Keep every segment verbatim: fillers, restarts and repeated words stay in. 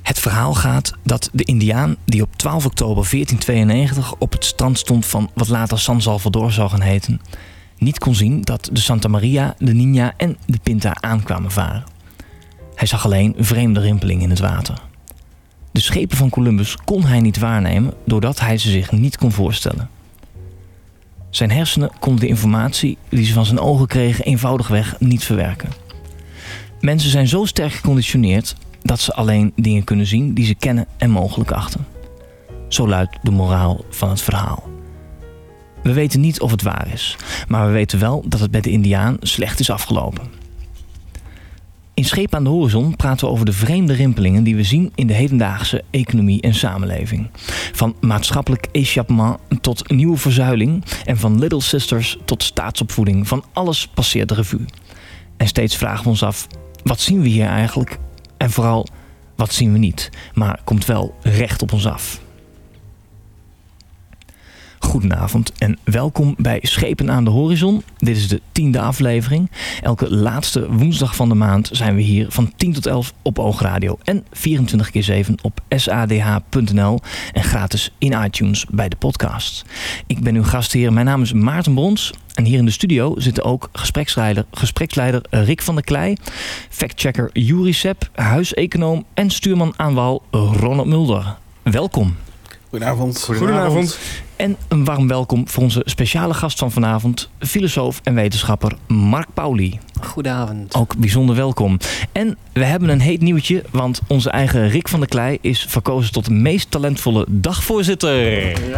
Het verhaal gaat dat de Indiaan die op twaalf oktober veertienhonderdtweeënnegentig op het strand stond van wat later San Salvador zou gaan heten, niet kon zien dat de Santa Maria, de Niña en de Pinta aankwamen varen. Hij zag alleen vreemde rimpelingen in het water. De schepen van Columbus kon hij niet waarnemen doordat hij ze zich niet kon voorstellen. Zijn hersenen konden de informatie die ze van zijn ogen kregen eenvoudigweg niet verwerken. Mensen zijn zo sterk geconditioneerd dat ze alleen dingen kunnen zien die ze kennen en mogelijk achten. Zo luidt de moraal van het verhaal. We weten niet of het waar is, maar we weten wel dat het met de Indiaan slecht is afgelopen. In Schepen aan de Horizon praten we over de vreemde rimpelingen die we zien in de hedendaagse economie en samenleving. Van maatschappelijk échappement tot nieuwe verzuiling en van Little Sisters tot staatsopvoeding, van alles passeert de revue. En steeds vragen we ons af, wat zien we hier eigenlijk? En vooral, wat zien we niet, maar komt wel recht op ons af. Goedenavond en welkom bij Schepen aan de Horizon. Dit is de tiende aflevering. Elke laatste woensdag van de maand zijn we hier van tien tot elf op Oogradio en vierentwintig keer zeven op S A D H punt N L en gratis in iTunes bij de podcast. Ik ben uw gastheer, mijn naam is Maarten Brons en hier in de studio zitten ook gespreksleider, gespreksleider Rick van der Klei, factchecker Juri Sepp, huiseconoom en stuurman aan wal Ronald Mulder. Welkom. Goedenavond. Goedenavond. En een warm welkom voor onze speciale gast van vanavond, filosoof en wetenschapper Mark Pauly. Goedenavond. Ook bijzonder welkom. En we hebben een heet nieuwtje, want onze eigen Rick van der Klei is verkozen tot de meest talentvolle dagvoorzitter. Ja.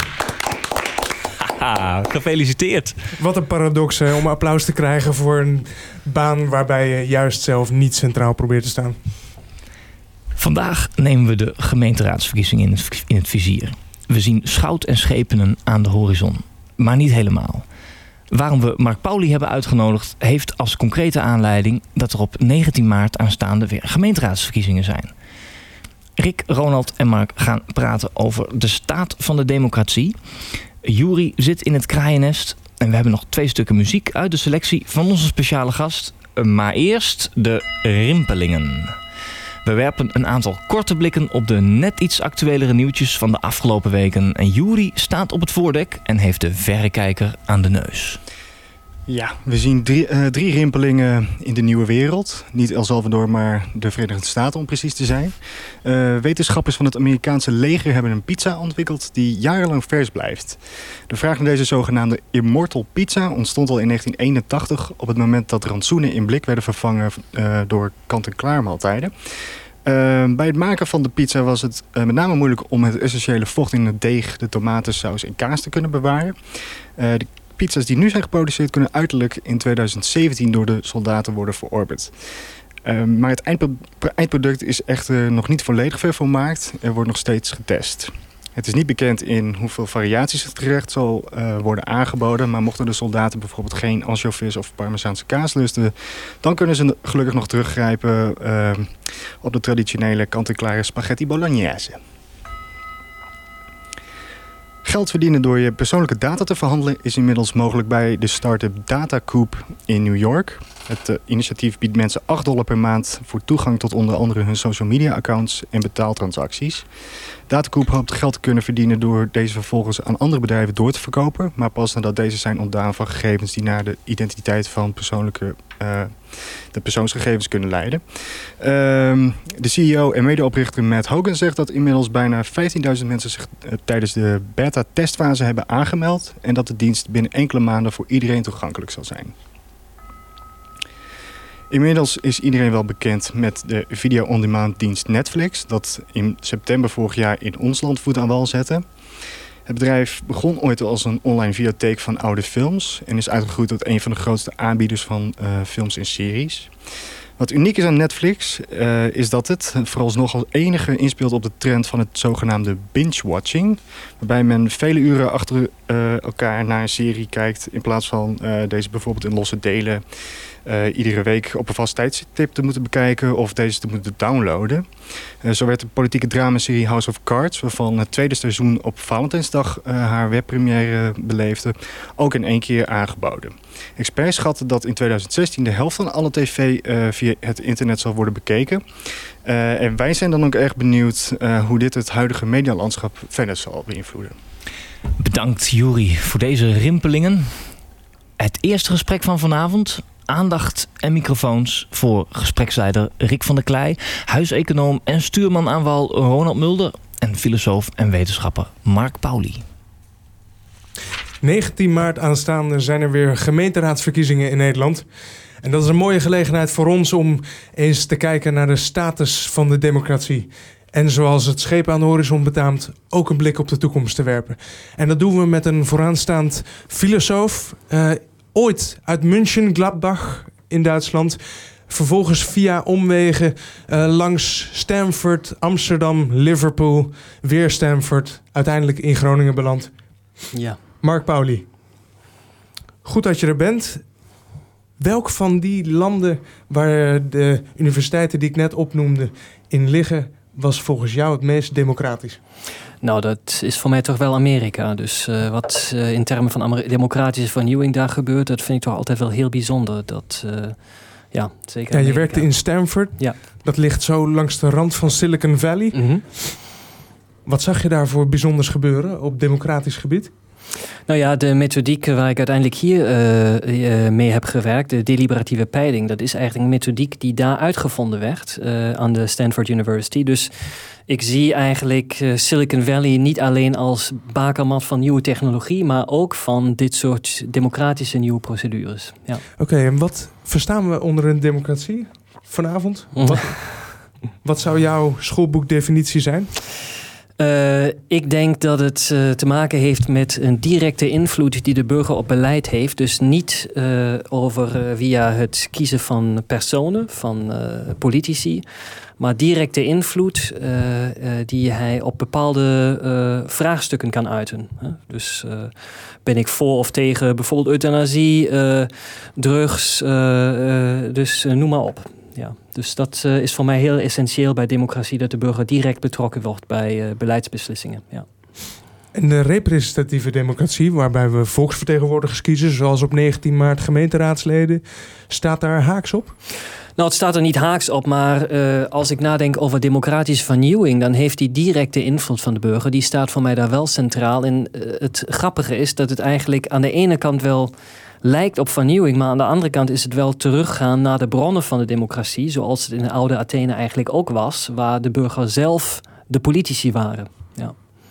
Haha, gefeliciteerd. Wat een paradox hè, om applaus te krijgen voor een baan waarbij je juist zelf niet centraal probeert te staan. Vandaag nemen we de gemeenteraadsverkiezingen in het, in het vizier. We zien schout en schepenen aan de horizon, maar niet helemaal. Waarom we Mark Pauly hebben uitgenodigd heeft als concrete aanleiding dat er op negentien maart aanstaande weer gemeenteraadsverkiezingen zijn. Rick, Ronald en Mark gaan praten over de staat van de democratie. Juri zit in het kraaiennest en we hebben nog twee stukken muziek uit de selectie van onze speciale gast. Maar eerst de rimpelingen. We werpen een aantal korte blikken op de net iets actuelere nieuwtjes van de afgelopen weken. En Juri staat op het voordek en heeft de verrekijker aan de neus. Ja, we zien drie, uh, drie rimpelingen in de nieuwe wereld. Niet El Salvador, maar de Verenigde Staten om precies te zijn. Uh, wetenschappers van het Amerikaanse leger hebben een pizza ontwikkeld die jarenlang vers blijft. De vraag naar deze zogenaamde Immortal Pizza ontstond al in negentien eenentachtig... op het moment dat rantsoenen in blik werden vervangen uh, door kant-en-klaar maaltijden. Uh, bij het maken van de pizza was het uh, met name moeilijk om het essentiële vocht in het deeg, de tomaten, saus en kaas te kunnen bewaren. Uh, de pizza's die nu zijn geproduceerd kunnen uiterlijk in tweeduizend zeventien door de soldaten worden verorberd. Uh, maar het eindpro- eindproduct is echter nog niet volledig vervolmaakt en wordt nog steeds getest. Het is niet bekend in hoeveel variaties het gerecht zal uh, worden aangeboden, maar mochten de soldaten bijvoorbeeld geen ansjovis of Parmezaanse kaas lusten, dan kunnen ze gelukkig nog teruggrijpen uh, op de traditionele kant-en-klare spaghetti bolognese. Geld verdienen door je persoonlijke data te verhandelen is inmiddels mogelijk bij de start-up DataCoop in New York. Het uh, initiatief biedt mensen acht dollar per maand voor toegang tot onder andere hun social media accounts en betaaltransacties. DataCoop hoopt geld te kunnen verdienen door deze vervolgens aan andere bedrijven door te verkopen, maar pas nadat deze zijn ontdaan van gegevens die naar de identiteit van persoonlijke, uh, de persoonsgegevens kunnen leiden. Uh, de C E O en medeoprichter Matt Hogan zegt dat inmiddels bijna vijftienduizend mensen zich uh, tijdens de beta-testfase hebben aangemeld en dat de dienst binnen enkele maanden voor iedereen toegankelijk zal zijn. Inmiddels is iedereen wel bekend met de video-on-demand dienst Netflix, dat in september vorig jaar in ons land voet aan wal zette. Het bedrijf begon ooit als een online videotheek van oude films en is uitgegroeid tot een van de grootste aanbieders van uh, films en series. Wat uniek is aan Netflix uh, is dat het vooralsnog als enige inspeelt op de trend van het zogenaamde binge-watching, waarbij men vele uren achter uh, elkaar naar een serie kijkt in plaats van uh, deze bijvoorbeeld in losse delen uh, iedere week op een vast tijdstip te moeten bekijken of deze te moeten downloaden. Uh, zo werd de politieke dramaserie House of Cards, waarvan het tweede seizoen op Valentijnsdag uh, haar webpremière beleefde, ook in één keer aangeboden. Experts schatten dat in tweeduizend zestien de helft van alle tv uh, via het internet zal worden bekeken. Uh, en wij zijn dan ook erg benieuwd uh, hoe dit het huidige medialandschap verder zal beïnvloeden. Bedankt Juri voor deze rimpelingen. Het eerste gesprek van vanavond. Aandacht en microfoons voor gespreksleider Rick van der Klei, huiseconoom en stuurman aan wal Ronald Mulder en filosoof en wetenschapper Mark Pauly. negentien maart aanstaande zijn er weer gemeenteraadsverkiezingen in Nederland. En dat is een mooie gelegenheid voor ons om eens te kijken naar de status van de democratie. En zoals het scheep aan de horizon betaamt, ook een blik op de toekomst te werpen. En dat doen we met een vooraanstaand filosoof, uh, ooit uit München, Gladbach in Duitsland. Vervolgens via omwegen uh, langs Stanford, Amsterdam, Liverpool, weer Stanford, uiteindelijk in Groningen beland. Ja. Mark Pauly, goed dat je er bent. Welk van die landen waar de universiteiten die ik net opnoemde in liggen, was volgens jou het meest democratisch? Nou, dat is voor mij toch wel Amerika. Dus uh, wat uh, in termen van Amer- democratische vernieuwing daar gebeurt, dat vind ik toch altijd wel heel bijzonder. Dat, uh, ja, zeker ja, je Amerika. werkte in Stanford. Ja. Dat ligt zo langs de rand van Silicon Valley. Mm-hmm. Wat zag je daar voor bijzonders gebeuren op democratisch gebied? Nou ja, de methodiek waar ik uiteindelijk hier uh, uh, mee heb gewerkt, de deliberatieve peiling, dat is eigenlijk een methodiek die daar uitgevonden werd uh, aan de Stanford University. Dus ik zie eigenlijk uh, Silicon Valley niet alleen als bakermat van nieuwe technologie, maar ook van dit soort democratische nieuwe procedures. Ja. Oké, okay, en wat verstaan we onder een democratie vanavond? Wat, wat zou jouw schoolboekdefinitie zijn? Uh, ik denk dat het uh, te maken heeft met een directe invloed die de burger op beleid heeft. Dus niet uh, over uh, via het kiezen van personen, van uh, politici, maar directe invloed uh, uh, die hij op bepaalde uh, vraagstukken kan uiten. Huh? Dus uh, ben ik voor of tegen bijvoorbeeld euthanasie, uh, drugs, uh, uh, dus uh, noem maar op. Ja, dus dat uh, is voor mij heel essentieel bij democratie, dat de burger direct betrokken wordt bij uh, beleidsbeslissingen. Ja. En de representatieve democratie, waarbij we volksvertegenwoordigers kiezen, zoals op negentien maart gemeenteraadsleden, staat daar haaks op? Nou, het staat er niet haaks op, maar uh, als ik nadenk over democratische vernieuwing, dan heeft die directe invloed van de burger, die staat voor mij daar wel centraal. En uh, het grappige is dat het eigenlijk aan de ene kant wel lijkt op vernieuwing, maar aan de andere kant is het wel teruggaan naar de bronnen van de democratie, zoals het in de oude Athene eigenlijk ook was, waar de burger zelf de politici waren. Ja.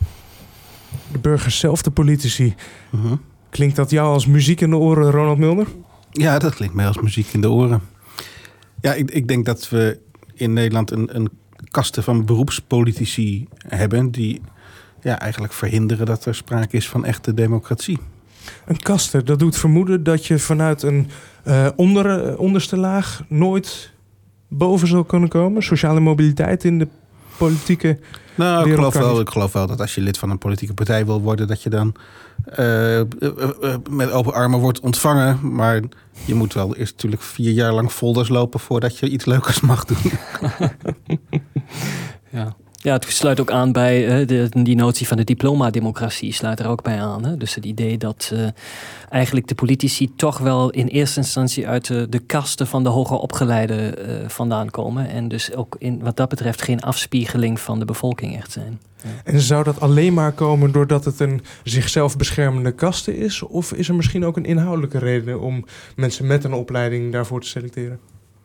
De burgers zelf de politici. Uh-huh. Klinkt dat jou als muziek in de oren, Ronald Mulder? Ja, dat klinkt mij als muziek in de oren. Ja, ik, ik denk dat we in Nederland een, een kaste van beroepspolitici hebben die ja, eigenlijk verhinderen dat er sprake is van echte democratie. Een kaste, dat doet vermoeden dat je vanuit een uh, onder, uh, onderste laag nooit boven zal kunnen komen. Sociale mobiliteit in de politieke Nou, ik geloof, wel, ik geloof wel dat als je lid van een politieke partij wil worden, dat je dan uh, uh, uh, met open armen wordt ontvangen. Maar je moet wel eerst natuurlijk vier jaar lang folders lopen voordat je iets leukers mag doen. Ja. Ja, het sluit ook aan bij uh, de, die notie van de diplomademocratie, sluit er ook bij aan. Hè? Dus het idee dat uh, eigenlijk de politici toch wel in eerste instantie uit de, de kasten van de hoger opgeleide uh, vandaan komen. En dus ook in, wat dat betreft geen afspiegeling van de bevolking echt zijn. Ja. En zou dat alleen maar komen doordat het een zichzelf beschermende kaste is? Of is er misschien ook een inhoudelijke reden om mensen met een opleiding daarvoor te selecteren?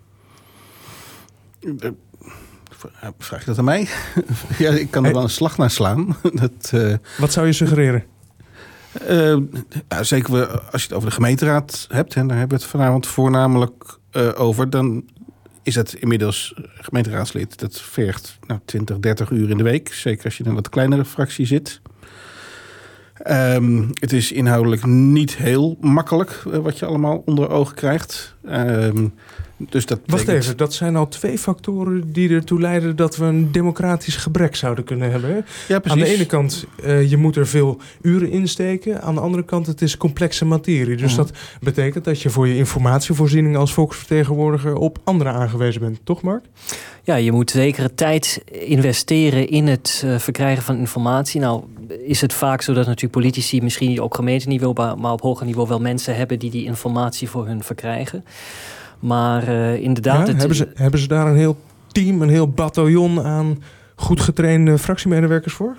Vraag je dat aan mij? Ja, ik kan er wel een slag naar slaan. Dat, uh, Wat zou je suggereren? Uh, ja, zeker we, als je het over de gemeenteraad hebt, en daar hebben we het vanavond voornamelijk uh, over, dan is het inmiddels gemeenteraadslid. Dat vergt nou, twintig, dertig uur in de week. Zeker als je in een wat kleinere fractie zit. Um, het is inhoudelijk niet heel makkelijk uh, wat je allemaal onder ogen krijgt. Um, Dus dat Wacht betekent... even, dat zijn al twee factoren die ertoe leiden dat we een democratisch gebrek zouden kunnen hebben. Hè? Ja, precies. Aan de ene kant, uh, je moet er veel uren insteken. Aan de andere kant, het is complexe materie. Dus Mm-hmm. dat betekent dat je voor je informatievoorziening als volksvertegenwoordiger op anderen aangewezen bent. Toch, Mark? Ja, je moet zekere tijd investeren in het uh, verkrijgen van informatie. Nou is het vaak zo dat natuurlijk politici misschien niet op gemeenteniveau, maar, maar op hoger niveau wel mensen hebben die die informatie voor hun verkrijgen. Maar uh, inderdaad... Ja, het, hebben, ze, hebben ze daar een heel team, een heel bataljon aan goed getrainde fractiemedewerkers voor?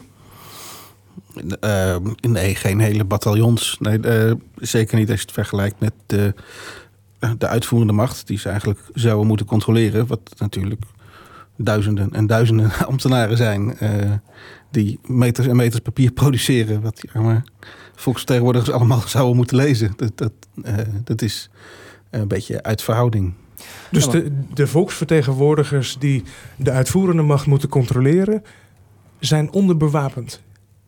Uh, nee, geen hele bataljons. Nee, uh, zeker niet als je het vergelijkt met de, de uitvoerende macht die ze eigenlijk zouden moeten controleren. Wat natuurlijk duizenden en duizenden ambtenaren zijn uh, die meters en meters papier produceren. Wat die arme volksvertegenwoordigers allemaal zouden moeten lezen. Dat, dat, uh, dat is een beetje uit verhouding. Dus de, de volksvertegenwoordigers die de uitvoerende macht moeten controleren, zijn onderbewapend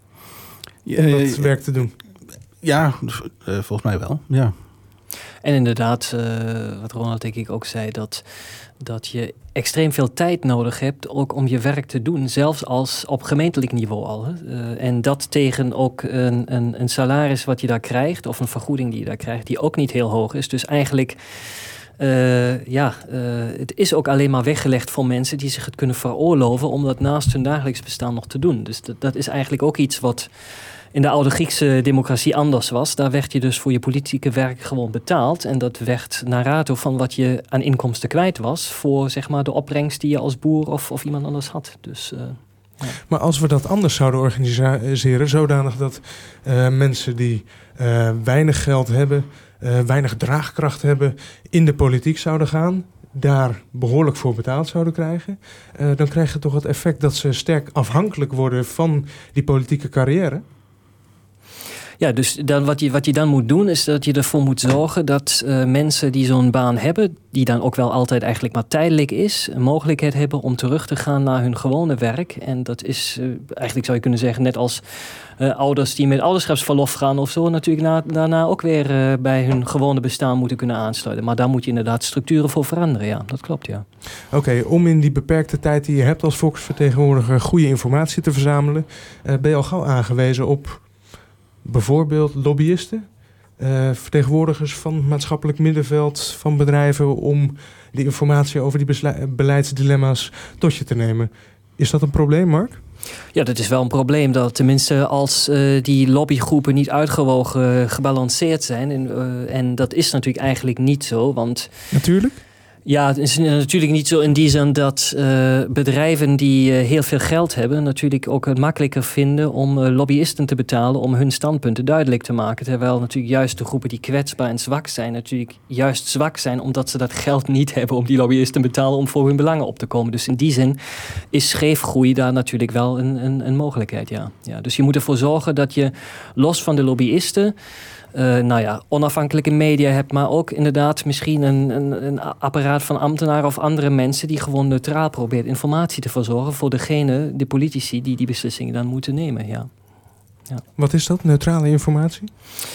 om dat werk te doen? Ja, uh, volgens mij wel, ja. En inderdaad, uh, wat Ronald denk ik ook zei, dat, dat je extreem veel tijd nodig hebt ook om je werk te doen, zelfs als op gemeentelijk niveau al. Hè. Uh, en dat tegen ook een, een, een salaris wat je daar krijgt, of een vergoeding die je daar krijgt, die ook niet heel hoog is. Dus eigenlijk, uh, ja, uh, het is ook alleen maar weggelegd voor mensen die zich het kunnen veroorloven om dat naast hun dagelijks bestaan nog te doen. Dus dat, dat is eigenlijk ook iets wat in de oude Griekse democratie anders was. Daar werd je dus voor je politieke werk gewoon betaald. En dat werd naar rato van wat je aan inkomsten kwijt was voor zeg maar de opbrengst die je als boer of, of iemand anders had. Dus, uh, ja. Maar als we dat anders zouden organiseren, zodanig dat uh, mensen die uh, weinig geld hebben, uh, weinig draagkracht hebben, in de politiek zouden gaan, daar behoorlijk voor betaald zouden krijgen, uh, dan krijg je toch het effect dat ze sterk afhankelijk worden van die politieke carrière? Ja, dus dan wat, je, wat je dan moet doen is dat je ervoor moet zorgen dat uh, mensen die zo'n baan hebben, die dan ook wel altijd eigenlijk maar tijdelijk is, een mogelijkheid hebben om terug te gaan naar hun gewone werk. En dat is uh, eigenlijk zou je kunnen zeggen net als uh, ouders die met ouderschapsverlof gaan of zo natuurlijk na, daarna ook weer uh, bij hun gewone bestaan moeten kunnen aansluiten. Maar daar moet je inderdaad structuren voor veranderen, ja. Dat klopt, ja. Oké, okay, om in die beperkte tijd die je hebt als volksvertegenwoordiger goede informatie te verzamelen, uh, ben je al gauw aangewezen op bijvoorbeeld lobbyisten, uh, vertegenwoordigers van het maatschappelijk middenveld, van bedrijven, om die informatie over die besla- beleidsdilemma's tot je te nemen. Is dat een probleem, Mark? Ja, dat is wel een probleem. Dat tenminste als uh, die lobbygroepen niet uitgewogen uh, gebalanceerd zijn. En, uh, en dat is natuurlijk eigenlijk niet zo, want natuurlijk? Ja, het is natuurlijk niet zo in die zin dat uh, bedrijven die uh, heel veel geld hebben natuurlijk ook het makkelijker vinden om uh, lobbyisten te betalen om hun standpunten duidelijk te maken. Terwijl natuurlijk juist de groepen die kwetsbaar en zwak zijn natuurlijk juist zwak zijn omdat ze dat geld niet hebben om die lobbyisten te betalen om voor hun belangen op te komen. Dus in die zin is scheefgroei daar natuurlijk wel een, een, een mogelijkheid, ja. Ja. Dus je moet ervoor zorgen dat je los van de lobbyisten Uh, nou ja, onafhankelijke media hebt, maar ook inderdaad misschien een, een, een apparaat van ambtenaren of andere mensen die gewoon neutraal probeert informatie te verzorgen voor degene, de politici, die die beslissingen dan moeten nemen. Ja. Ja. Wat is dat, neutrale informatie?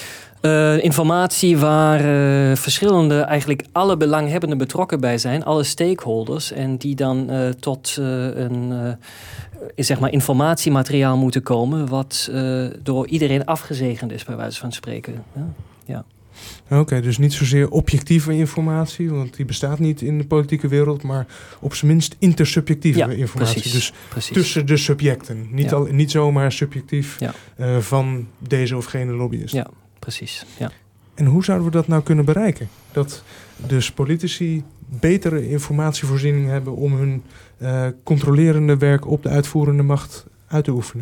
Uh, informatie waar uh, verschillende, eigenlijk alle belanghebbenden betrokken bij zijn, alle stakeholders, en die dan uh, tot uh, een uh, zeg maar informatiemateriaal moeten komen wat uh, door iedereen afgezegend is, bij wijze van spreken. Ja. Ja. Oké, okay, dus niet zozeer objectieve informatie, want die bestaat niet in de politieke wereld, maar op zijn minst intersubjectieve ja, informatie. Precies, dus precies. tussen de subjecten. Niet, ja. al, niet zomaar subjectief ja. uh, van deze of gene lobbyist. Ja, precies. Ja. En hoe zouden we dat nou kunnen bereiken? Dat dus politici betere informatievoorziening hebben om hun uh, controlerende werk op de uitvoerende macht uit te oefenen.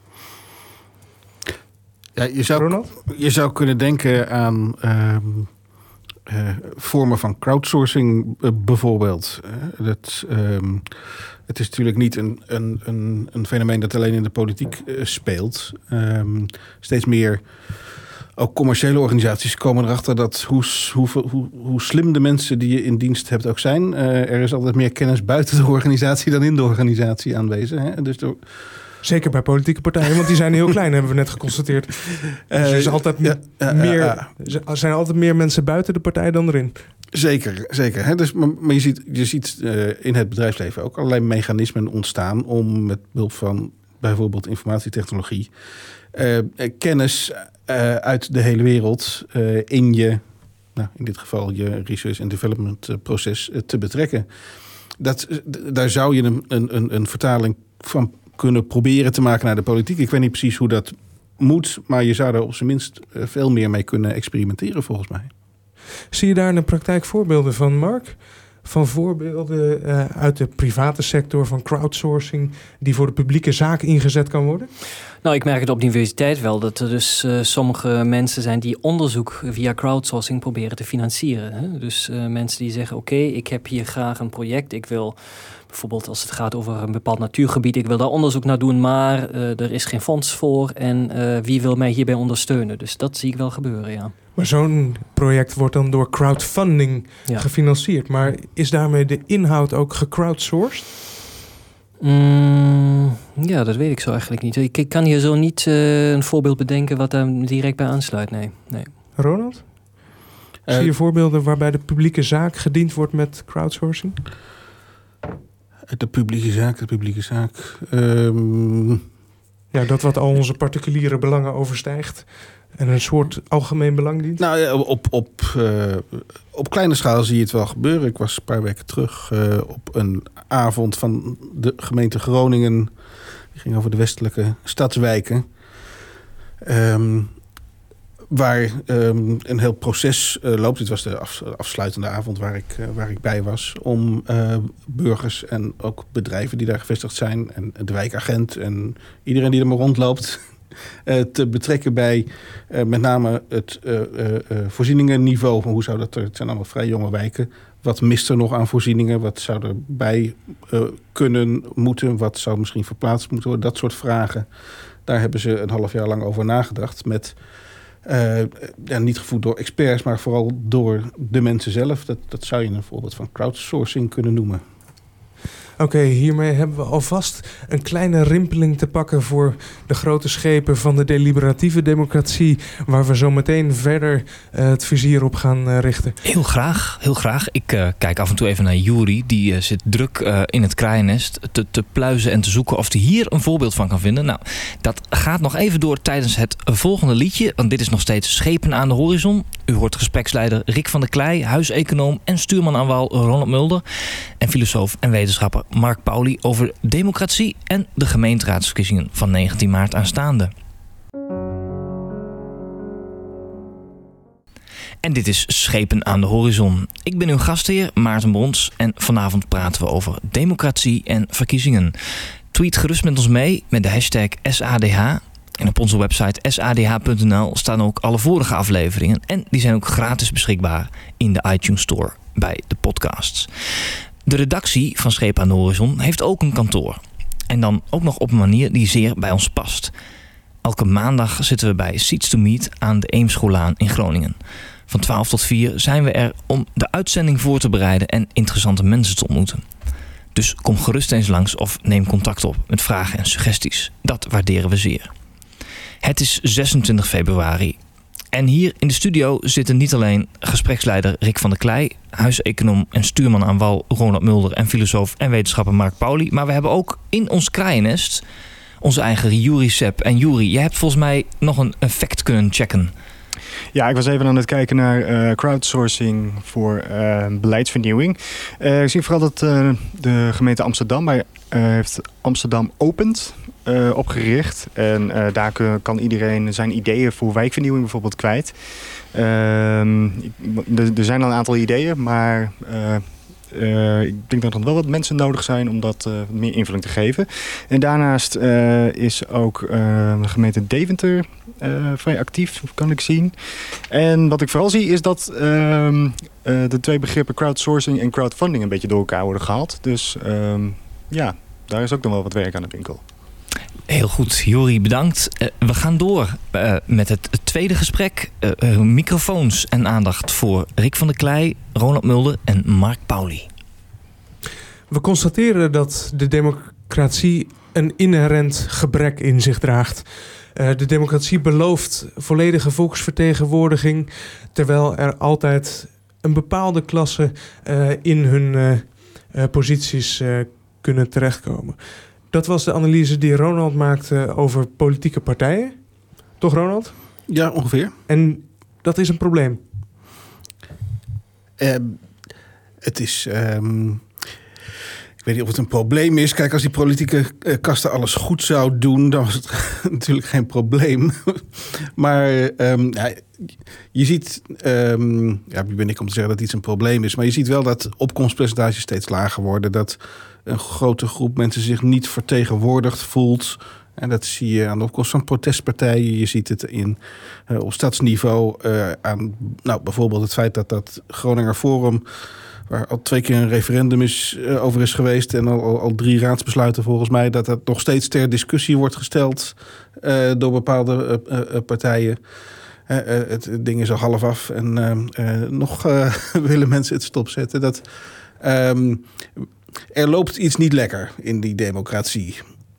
Ja, je zou, je zou kunnen denken aan uh, uh, vormen van crowdsourcing uh, bijvoorbeeld. Uh, dat, um, het is natuurlijk niet een, een, een, een fenomeen dat alleen in de politiek uh, speelt. Um, steeds meer ook commerciële organisaties komen erachter dat hoe, hoe, hoe, hoe slim de mensen die je in dienst hebt ook zijn. Uh, er is altijd meer kennis buiten de organisatie dan in de organisatie aanwezig. Hè? Dus door, Zeker bij politieke partijen, want die zijn heel klein, hebben we net geconstateerd. Dus er is altijd ja, uh, meer, uh, uh, er zijn altijd meer mensen buiten de partij dan erin. Zeker, zeker. Hè? Dus, maar, maar je ziet, je ziet uh, in het bedrijfsleven ook allerlei mechanismen ontstaan om met behulp van bijvoorbeeld informatietechnologie uh, kennis uh, uit de hele wereld uh, in je, nou, in dit geval je research and development proces uh, te betrekken. Dat, daar zou je een, een, een vertaling van kunnen proberen te maken naar de politiek. Ik weet niet precies hoe dat moet, maar je zou er op zijn minst uh, veel meer mee kunnen experimenteren volgens mij. Zie je daar in de praktijk voorbeelden van, Mark? Van voorbeelden uh, uit de private sector van crowdsourcing die voor de publieke zaak ingezet kan worden? Nou, ik merk het op de universiteit wel dat er dus uh, sommige mensen zijn die onderzoek via crowdsourcing proberen te financieren. Hè? Dus uh, mensen die zeggen, oké, okay, ik heb hier graag een project. Ik wil bijvoorbeeld als het gaat over een bepaald natuurgebied, ik wil daar onderzoek naar doen, maar uh, er is geen fonds voor en uh, wie wil mij hierbij ondersteunen? Dus dat zie ik wel gebeuren, ja. Maar zo'n project wordt dan door crowdfunding ja. gefinancierd. Maar is daarmee de inhoud ook gecrowdsourced? Mm, ja, dat weet ik zo eigenlijk niet. Ik, ik kan hier zo niet uh, een voorbeeld bedenken wat daar direct bij aansluit. Nee. nee. Ronald? Uh, Zie je voorbeelden waarbij de publieke zaak gediend wordt met crowdsourcing? De publieke zaak, de publieke zaak. Um... Ja, dat wat al onze particuliere belangen overstijgt en een soort algemeen belang dient? Nou ja, op, op, uh, op kleine schaal zie je het wel gebeuren. Ik was een paar weken terug uh, op een avond van de gemeente Groningen. Die ging over de westelijke stadswijken. Um, waar um, een heel proces uh, loopt. Dit was de af, afsluitende avond waar ik, uh, waar ik bij was. Om uh, burgers en ook bedrijven die daar gevestigd zijn. En de wijkagent en iedereen die er maar rondloopt. Uh, te betrekken bij uh, met name het uh, uh, uh, voorzieningenniveau. Hoe zou dat er? Het zijn allemaal vrij jonge wijken. Wat mist er nog aan voorzieningen? Wat zou er bij uh, kunnen, moeten? Wat zou misschien verplaatst moeten worden? Dat soort vragen. Daar hebben ze een half jaar lang over nagedacht. Met, uh, ja, niet gevoed door experts, maar vooral door de mensen zelf. Dat, dat zou je een voorbeeld van crowdsourcing kunnen noemen. Oké, okay, hiermee hebben we alvast een kleine rimpeling te pakken voor de grote schepen van de deliberatieve democratie, waar we zo meteen verder uh, het vizier op gaan uh, richten. Heel graag, heel graag. Ik uh, kijk af en toe even naar Juri, die uh, zit druk uh, in het kraaiennest te, te pluizen en te zoeken of hij hier een voorbeeld van kan vinden. Nou, dat gaat nog even door tijdens het volgende liedje, want dit is nog steeds Schepen aan de horizon. U hoort gespreksleider Rick van der Klei, huiseconoom en stuurman aan wal Ronald Mulder en filosoof en wetenschapper Mark Pauly over democratie en de gemeenteraadsverkiezingen van negentien maart aanstaande. En dit is Schepen aan de horizon. Ik ben uw gastheer Maarten Brons en vanavond praten we over democratie en verkiezingen. Tweet gerust met ons mee met de hashtag S A D H. En op onze website S A D H punt N L staan ook alle vorige afleveringen. En die zijn ook gratis beschikbaar in de iTunes Store bij de podcasts. De redactie van Schepen aan de Horizon heeft ook een kantoor. En dan ook nog op een manier die zeer bij ons past. Elke maandag zitten we bij Seats to Meet aan de Eemschoollaan in Groningen. Van twaalf tot vier zijn we er om de uitzending voor te bereiden en interessante mensen te ontmoeten. Dus kom gerust eens langs of neem contact op met vragen en suggesties. Dat waarderen we zeer. Het is zesentwintig februari. En hier in de studio zitten niet alleen gespreksleider Rick van der Klei, huiseconoom en stuurman aan wal Ronald Mulder en filosoof en wetenschapper Mark Pauly. Maar we hebben ook in ons kraaiennest onze eigen Juri Sepp. En Juri, jij hebt volgens mij nog een effect kunnen checken. Ja, ik was even aan het kijken naar uh, crowdsourcing voor uh, beleidsvernieuwing. Uh, ik zie vooral dat uh, de gemeente Amsterdam bij, uh, heeft Amsterdam Opent uh, opgericht. En uh, daar kun, kan iedereen zijn ideeën voor wijkvernieuwing bijvoorbeeld kwijt. Uh, er zijn al een aantal ideeën, maar Uh, Uh, ik denk dat er wel wat mensen nodig zijn om dat uh, meer invulling te geven. En daarnaast uh, is ook uh, de gemeente Deventer uh, vrij actief, kan ik zien. En wat ik vooral zie is dat uh, uh, de twee begrippen crowdsourcing en crowdfunding een beetje door elkaar worden gehaald. Dus uh, ja, daar is ook nog wel wat werk aan de winkel. Heel goed, Juri, bedankt. Uh, we gaan door uh, met het tweede gesprek. Uh, uh, microfoons en aandacht voor Rick van der Klei, Ronald Mulder en Mark Pauly. We constateren dat de democratie een inherent gebrek in zich draagt. Uh, de democratie belooft volledige volksvertegenwoordiging, terwijl er altijd een bepaalde klasse uh, in hun uh, uh, posities uh, kunnen terechtkomen. Dat was de analyse die Ronald maakte over politieke partijen. Toch, Ronald? Ja, ongeveer. En dat is een probleem. Uh, het is... Um, ik weet niet of het een probleem is. Kijk, als die politieke uh, kasten alles goed zou doen, dan was het natuurlijk geen probleem. maar um, ja, je ziet... Um, ja, wie ben ik om te zeggen dat iets een probleem is? Maar je ziet wel dat opkomstpercentages steeds lager worden. Dat een grote groep mensen zich niet vertegenwoordigd voelt. En dat zie je aan de opkomst van protestpartijen. Je ziet het in, uh, op stadsniveau uh, aan nou, bijvoorbeeld het feit dat dat Groninger Forum, waar al twee keer een referendum is, uh, over is geweest en al, al, al drie raadsbesluiten volgens mij, dat dat nog steeds ter discussie wordt gesteld uh, door bepaalde uh, uh, partijen. Uh, uh, het, het ding is al half af en uh, uh, nog uh, willen mensen het stopzetten. Dat, um, er loopt iets niet lekker in die democratie.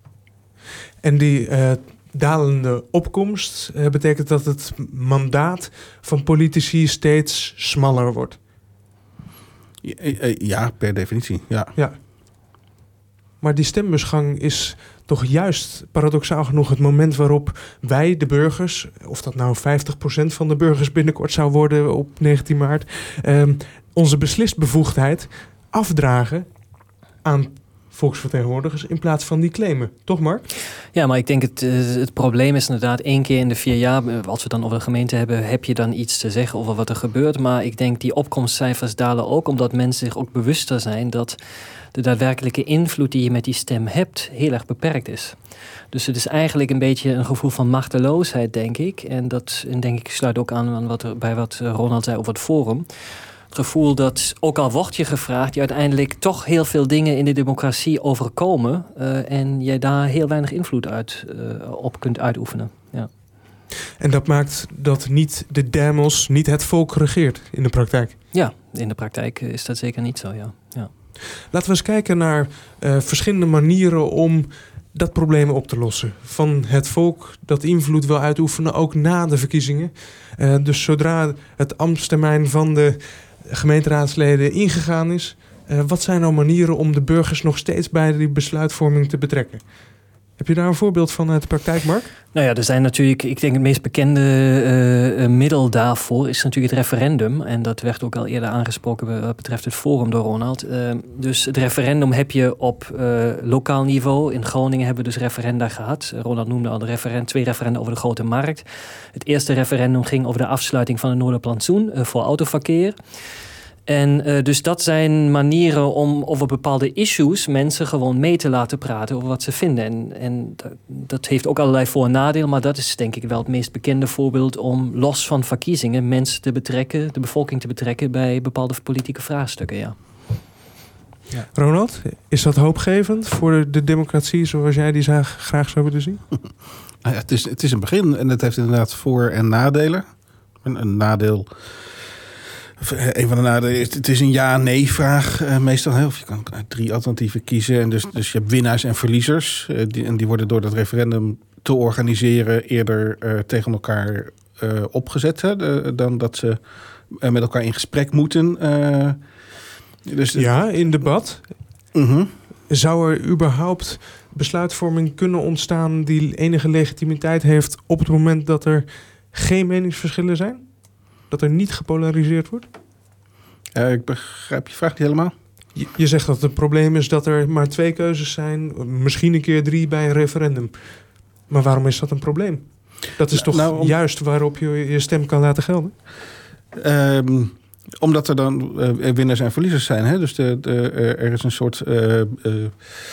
En die uh, dalende opkomst uh, betekent dat het mandaat van politici steeds smaller wordt. Ja, ja per definitie, ja. ja. Maar die stembusgang is toch juist paradoxaal genoeg het moment waarop wij, de burgers, of dat nou vijftig procent van de burgers binnenkort zou worden op negentien maart, uh, onze beslistbevoegdheid afdragen aan volksvertegenwoordigers in plaats van die claimen. Toch, Mark? Ja, maar ik denk het, het probleem is inderdaad één keer in de vier jaar, als we het dan over de gemeente hebben, heb je dan iets te zeggen over wat er gebeurt. Maar ik denk die opkomstcijfers dalen ook omdat mensen zich ook bewuster zijn dat de daadwerkelijke invloed die je met die stem hebt heel erg beperkt is. Dus het is eigenlijk een beetje een gevoel van machteloosheid, denk ik. En dat en denk ik sluit ook aan, aan wat er, bij wat Ronald zei over het Forum. Het gevoel dat, ook al wordt je gevraagd, je uiteindelijk toch heel veel dingen in de democratie overkomen uh, en je daar heel weinig invloed uit, uh, op kunt uitoefenen. Ja. En dat maakt dat niet de demos, niet het volk regeert in de praktijk? Ja, in de praktijk is dat zeker niet zo, ja. ja. Laten we eens kijken naar uh, verschillende manieren om dat probleem op te lossen. Van het volk dat invloed wil uitoefenen, ook na de verkiezingen. Uh, dus zodra het ambtstermijn van de gemeenteraadsleden ingegaan is, Uh, wat zijn nou manieren om de burgers nog steeds bij die besluitvorming te betrekken? Heb je daar een voorbeeld van uit de praktijk, Mark? Nou ja, er zijn natuurlijk, ik denk het meest bekende uh, middel daarvoor is natuurlijk het referendum. En dat werd ook al eerder aangesproken wat betreft het Forum door Ronald. Uh, dus het referendum heb je op uh, lokaal niveau. In Groningen hebben we dus referenda gehad. Ronald noemde al de referend, twee referenda over de Grote Markt. Het eerste referendum ging over de afsluiting van het Noorderplantsoen uh, voor autoverkeer. En uh, dus dat zijn manieren om over bepaalde issues mensen gewoon mee te laten praten over wat ze vinden. En, en dat, dat heeft ook allerlei voor- en nadelen, maar dat is denk ik wel het meest bekende voorbeeld om los van verkiezingen mensen te betrekken, de bevolking te betrekken bij bepaalde politieke vraagstukken, ja. Ja. Ronald, is dat hoopgevend voor de democratie zoals jij die graag zou willen zien? Nou ja, het, is, het is een begin en het heeft inderdaad voor- en nadelen. Een, een nadeel... Een van de nadelen is, het is een ja-nee-vraag uh, meestal. Of je kan uit drie alternatieven kiezen. En dus, dus je hebt winnaars en verliezers. Uh, die, en die worden door dat referendum te organiseren eerder uh, tegen elkaar uh, opgezet. Hè, de, dan dat ze uh, met elkaar in gesprek moeten. Uh, dus, ja, in debat. Uh-huh. Zou er überhaupt besluitvorming kunnen ontstaan die enige legitimiteit heeft op het moment dat er geen meningsverschillen zijn? Dat er niet gepolariseerd wordt? Uh, ik begrijp je vraag niet helemaal. Je, je zegt dat het probleem is dat er maar twee keuzes zijn. Misschien een keer drie bij een referendum. Maar waarom is dat een probleem? Dat is toch nou, om... juist waarop je je stem kan laten gelden? Um, omdat er dan uh, winnaars en verliezers zijn. Hè? Dus de, de, uh, er is een soort... Uh, uh,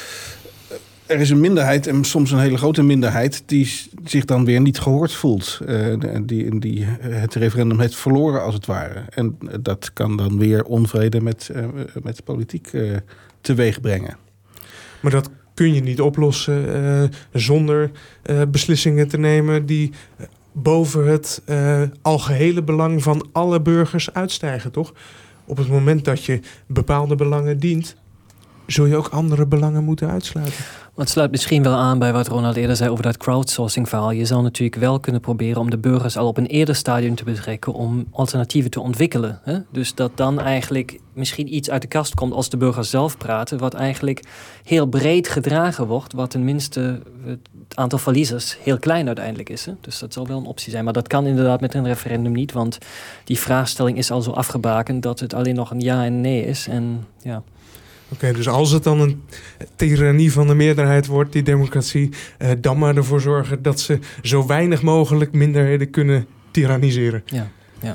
Er is een minderheid, en soms een hele grote minderheid, die zich dan weer niet gehoord voelt. Uh, die, die het referendum heeft verloren, als het ware. En dat kan dan weer onvrede met, uh, met de politiek uh, teweeg brengen. Maar dat kun je niet oplossen uh, zonder uh, beslissingen te nemen die boven het uh, algehele belang van alle burgers uitstijgen, toch? Op het moment dat je bepaalde belangen dient, zul je ook andere belangen moeten uitsluiten? Het sluit misschien wel aan bij wat Ronald eerder zei over dat crowdsourcing verhaal. Je zou natuurlijk wel kunnen proberen om de burgers al op een eerder stadium te betrekken om alternatieven te ontwikkelen. Hè? Dus dat dan eigenlijk misschien iets uit de kast komt als de burgers zelf praten, wat eigenlijk heel breed gedragen wordt, wat tenminste het aantal verliezers heel klein uiteindelijk is. Hè? Dus dat zal wel een optie zijn. Maar dat kan inderdaad met een referendum niet, want die vraagstelling is al zo afgebakend dat het alleen nog een ja en nee is. En ja... Oké, okay, dus als het dan een tirannie van de meerderheid wordt, die democratie, eh, dan maar ervoor zorgen dat ze zo weinig mogelijk minderheden kunnen tyranniseren. Ja, ja.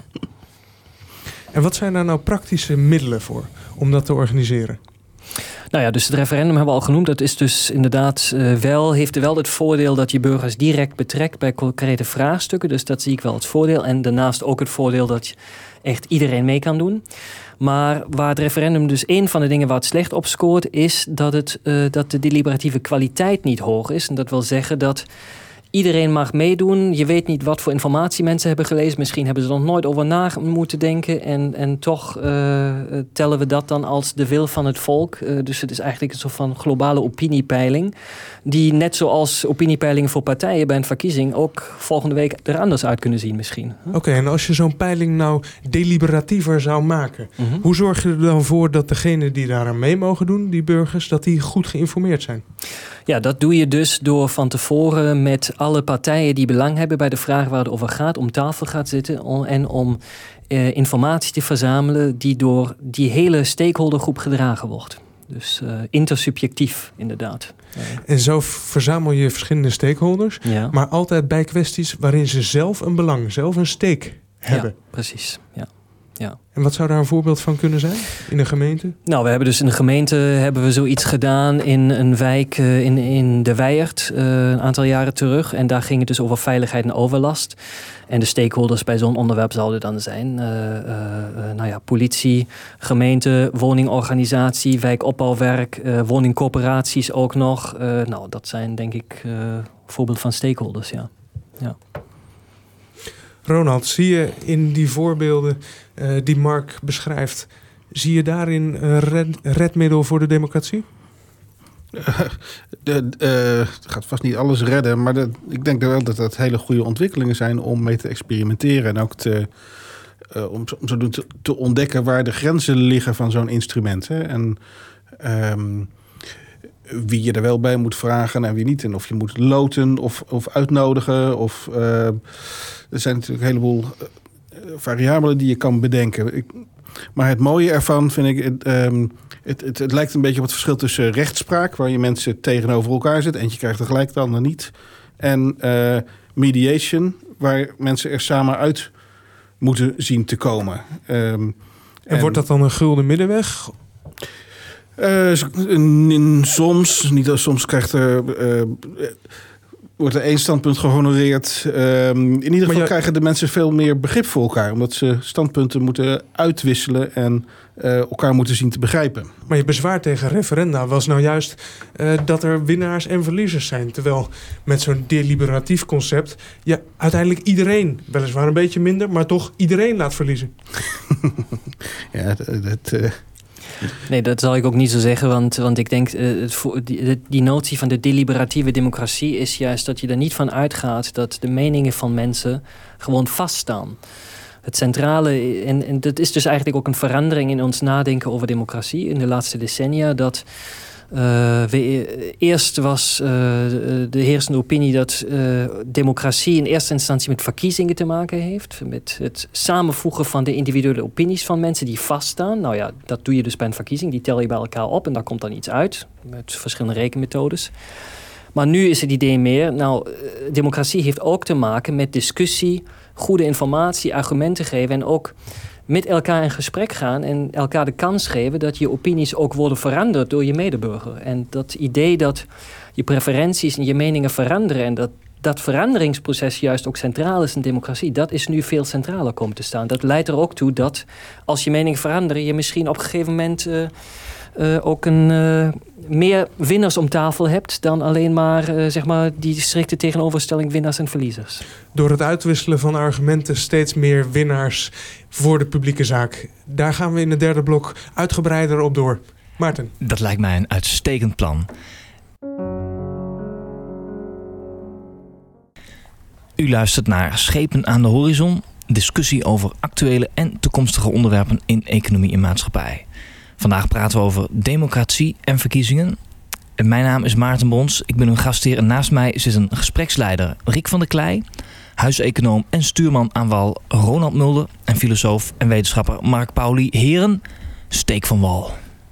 En wat zijn daar nou praktische middelen voor om dat te organiseren? Nou ja, dus het referendum hebben we al genoemd. Dat is dus inderdaad uh, wel, heeft er wel het voordeel dat je burgers direct betrekt bij concrete vraagstukken. Dus dat zie ik wel het voordeel. En daarnaast ook het voordeel dat echt iedereen mee kan doen. Maar waar het referendum dus een van de dingen waar het slecht op scoort, is dat, het, uh, dat de deliberatieve kwaliteit niet hoog is. En dat wil zeggen dat iedereen mag meedoen. Je weet niet wat voor informatie mensen hebben gelezen. Misschien hebben ze er nog nooit over na moeten denken. En, en toch uh, tellen we dat dan als de wil van het volk. Uh, dus het is eigenlijk een soort van globale opiniepeiling. Die net zoals opiniepeilingen voor partijen bij een verkiezing ook volgende week er anders uit kunnen zien misschien. Oké, okay, en als je zo'n peiling nou deliberatiever zou maken, Mm-hmm. hoe zorg je er dan voor dat degenen die daaraan mee mogen doen, die burgers, dat die goed geïnformeerd zijn? Ja, dat doe je dus door van tevoren met alle partijen die belang hebben bij de vraag waar het over gaat, om tafel gaat zitten en om eh, informatie te verzamelen die door die hele stakeholdergroep gedragen wordt. Dus uh, intersubjectief inderdaad. En zo verzamel je verschillende stakeholders, Ja. maar altijd bij kwesties waarin ze zelf een belang, zelf een stake hebben. Ja, precies. Ja. Ja. En wat zou daar een voorbeeld van kunnen zijn in een gemeente? Nou, we hebben dus in de gemeente hebben we zoiets gedaan in een wijk uh, in, in de Wijert uh, een aantal jaren terug. En daar ging het dus over veiligheid en overlast. En de stakeholders bij zo'n onderwerp zouden dan zijn uh, uh, uh, nou ja, politie, gemeente, woningorganisatie, wijkopbouwwerk, uh, woningcorporaties ook nog. Uh, nou, dat zijn denk ik uh, voorbeeld van stakeholders, ja. ja. Ronald, zie je in die voorbeelden uh, die Mark beschrijft, zie je daarin een red, redmiddel voor de democratie? Uh, de, uh, het gaat vast niet alles redden, maar de, ik denk wel dat dat hele goede ontwikkelingen zijn om mee te experimenteren en ook te, uh, om, om zo te, te ontdekken waar de grenzen liggen van zo'n instrument. Hè? En um, wie je er wel bij moet vragen en wie niet. En of je moet loten of, of uitnodigen. Of, uh, er zijn natuurlijk een heleboel variabelen die je kan bedenken. Ik, maar het mooie ervan vind ik... Het, um, het, het, het lijkt een beetje op het verschil tussen rechtspraak, waar je mensen tegenover elkaar zet. Eentje krijgt er gelijk, de ander niet. En uh, mediation, waar mensen er samen uit moeten zien te komen. Um, en, en wordt dat dan een gulden middenweg? Uh, soms, niet soms krijgt er, uh, wordt er één standpunt gehonoreerd. Uh, in ieder geval je... krijgen de mensen veel meer begrip voor elkaar, omdat ze standpunten moeten uitwisselen en uh, elkaar moeten zien te begrijpen. Maar je bezwaar tegen referenda was nou juist uh, dat er winnaars en verliezers zijn. Terwijl met zo'n deliberatief concept ja, uiteindelijk iedereen, weliswaar een beetje minder, maar toch iedereen laat verliezen. ja, dat... dat uh... Nee, dat zal ik ook niet zo zeggen, want, want ik denk uh, het, die, die notie van de deliberatieve democratie is juist dat je er niet van uitgaat dat de meningen van mensen gewoon vaststaan. Het centrale, en, en dat is dus eigenlijk ook een verandering in ons nadenken over democratie in de laatste decennia, dat Uh, we, eerst was uh, de, de heersende opinie dat uh, democratie in eerste instantie met verkiezingen te maken heeft. Met het samenvoegen van de individuele opinies van mensen die vaststaan. Nou ja, dat doe je dus bij een verkiezing. Die tel je bij elkaar op en daar komt dan iets uit. Met verschillende rekenmethodes. Maar nu is het idee meer, nou, democratie heeft ook te maken met discussie, goede informatie, argumenten geven en ook met elkaar in gesprek gaan en elkaar de kans geven dat je opinies ook worden veranderd door je medeburger. En dat idee dat je preferenties en je meningen veranderen en dat dat veranderingsproces juist ook centraal is in democratie, dat is nu veel centraler komen te staan. Dat leidt er ook toe dat als je meningen veranderen, je misschien op een gegeven moment uh, uh, ook een, uh, meer winnaars om tafel hebt dan alleen maar, uh, zeg maar die strikte tegenoverstelling winnaars en verliezers. Door het uitwisselen van argumenten steeds meer winnaars voor de publieke zaak. Daar gaan we in het derde blok uitgebreider op door. Maarten. Dat lijkt mij een uitstekend plan. U luistert naar Schepen aan de Horizon. Discussie over actuele en toekomstige onderwerpen in economie en maatschappij. Vandaag praten we over democratie en verkiezingen. Mijn naam is Maarten Brons. Ik ben uw gastheer en naast mij zit een gespreksleider Rick van der Klei, huiseconoom en stuurman aan wal Ronald Mulder en filosoof en wetenschapper Mark Pauly. Heren, steek van wal.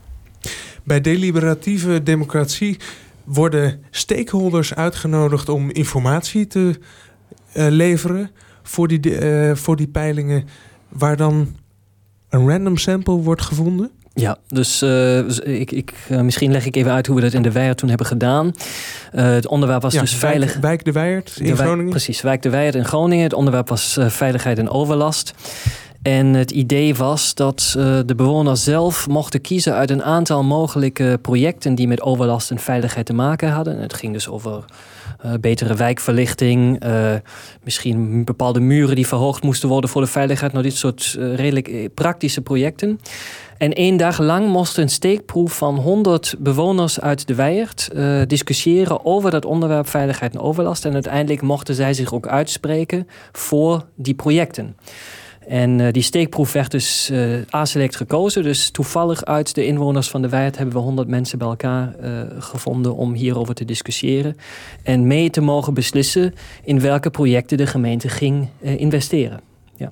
Bij deliberatieve democratie worden stakeholders uitgenodigd om informatie te uh, leveren voor die, uh, voor die peilingen, waar dan een random sample wordt gevonden. Ja, dus uh, ik, ik, uh, misschien leg ik even uit hoe we dat in de Wijert toen hebben gedaan. Uh, het onderwerp was ja, dus wijk, veilig... Wijk de Wijert in de wijk, Groningen. Precies, Wijk de Wijert in Groningen. Het onderwerp was uh, veiligheid en overlast. En het idee was dat uh, de bewoners zelf mochten kiezen uit een aantal mogelijke projecten die met overlast en veiligheid te maken hadden. Het ging dus over uh, betere wijkverlichting, uh, misschien bepaalde muren die verhoogd moesten worden voor de veiligheid. Nou, dit soort uh, redelijk praktische projecten. En één dag lang moest een steekproef van honderd bewoners uit de Wijert uh, discussiëren over dat onderwerp veiligheid en overlast. En uiteindelijk mochten zij zich ook uitspreken voor die projecten. En uh, die steekproef werd dus uh, aselect gekozen. Dus toevallig uit de inwoners van de Wijert hebben we honderd mensen bij elkaar uh, gevonden om hierover te discussiëren. En mee te mogen beslissen in welke projecten de gemeente ging uh, investeren. Ja.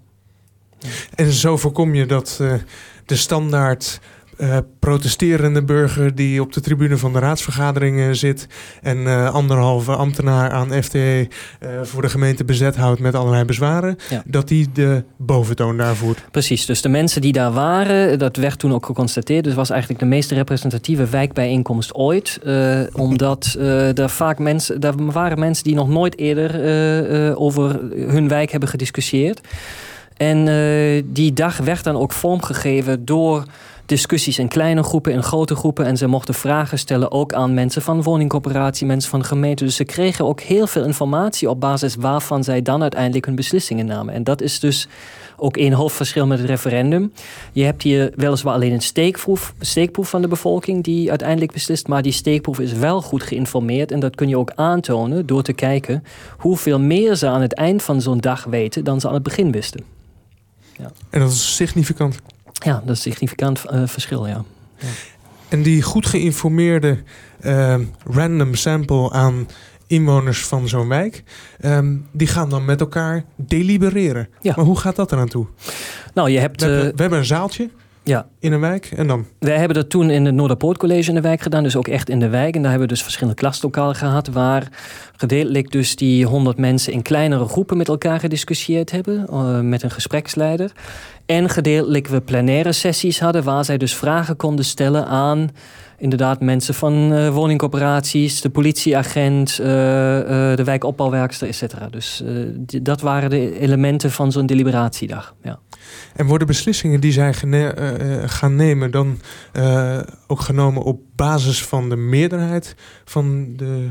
En zo voorkom je dat uh, de standaard uh, protesterende burger die op de tribune van de raadsvergaderingen zit en uh, anderhalve ambtenaar aan F T E uh, voor de gemeente bezet houdt met allerlei bezwaren, ja. dat die de boventoon daar voert. Precies, dus de mensen die daar waren, dat werd toen ook geconstateerd, dus was eigenlijk de meest representatieve wijkbijeenkomst ooit, uh, omdat uh, er vaak mensen, daar waren mensen die nog nooit eerder uh, uh, over hun wijk hebben gediscussieerd. En uh, die dag werd dan ook vormgegeven door discussies in kleine groepen, in grote groepen. En ze mochten vragen stellen ook aan mensen van de woningcorporatie, mensen van de gemeente. Dus ze kregen ook heel veel informatie op basis waarvan zij dan uiteindelijk hun beslissingen namen. En dat is dus ook één hoofdverschil met het referendum. Je hebt hier weliswaar alleen een steekproef, steekproef van de bevolking die uiteindelijk beslist. Maar die steekproef is wel goed geïnformeerd. En dat kun je ook aantonen door te kijken hoeveel meer ze aan het eind van zo'n dag weten dan ze aan het begin wisten. Ja. En dat is significant. Ja, dat is een significant uh, verschil, ja. ja. En die goed geïnformeerde uh, random sample aan inwoners van zo'n wijk, um, die gaan dan met elkaar delibereren. Ja. Maar hoe gaat dat eraan toe? Nou, je hebt, we, hebben, uh, we hebben een zaaltje. Ja. In een wijk en dan? Wij hebben dat toen in het Noorderpoortcollege in de wijk gedaan. Dus ook echt in de wijk. En daar hebben we dus verschillende klaslokalen gehad. Waar gedeeltelijk dus die honderd mensen in kleinere groepen met elkaar gediscussieerd hebben. Uh, met een gespreksleider. En gedeeltelijk we plenaire sessies hadden. Waar zij dus vragen konden stellen aan inderdaad mensen van uh, woningcorporaties. De politieagent. Uh, uh, de wijkopbouwwerkster, et cetera. Dus uh, die, dat waren de elementen van zo'n deliberatiedag. Ja. En worden beslissingen die zij gene- uh, gaan nemen dan uh, ook genomen op basis van de meerderheid van, de,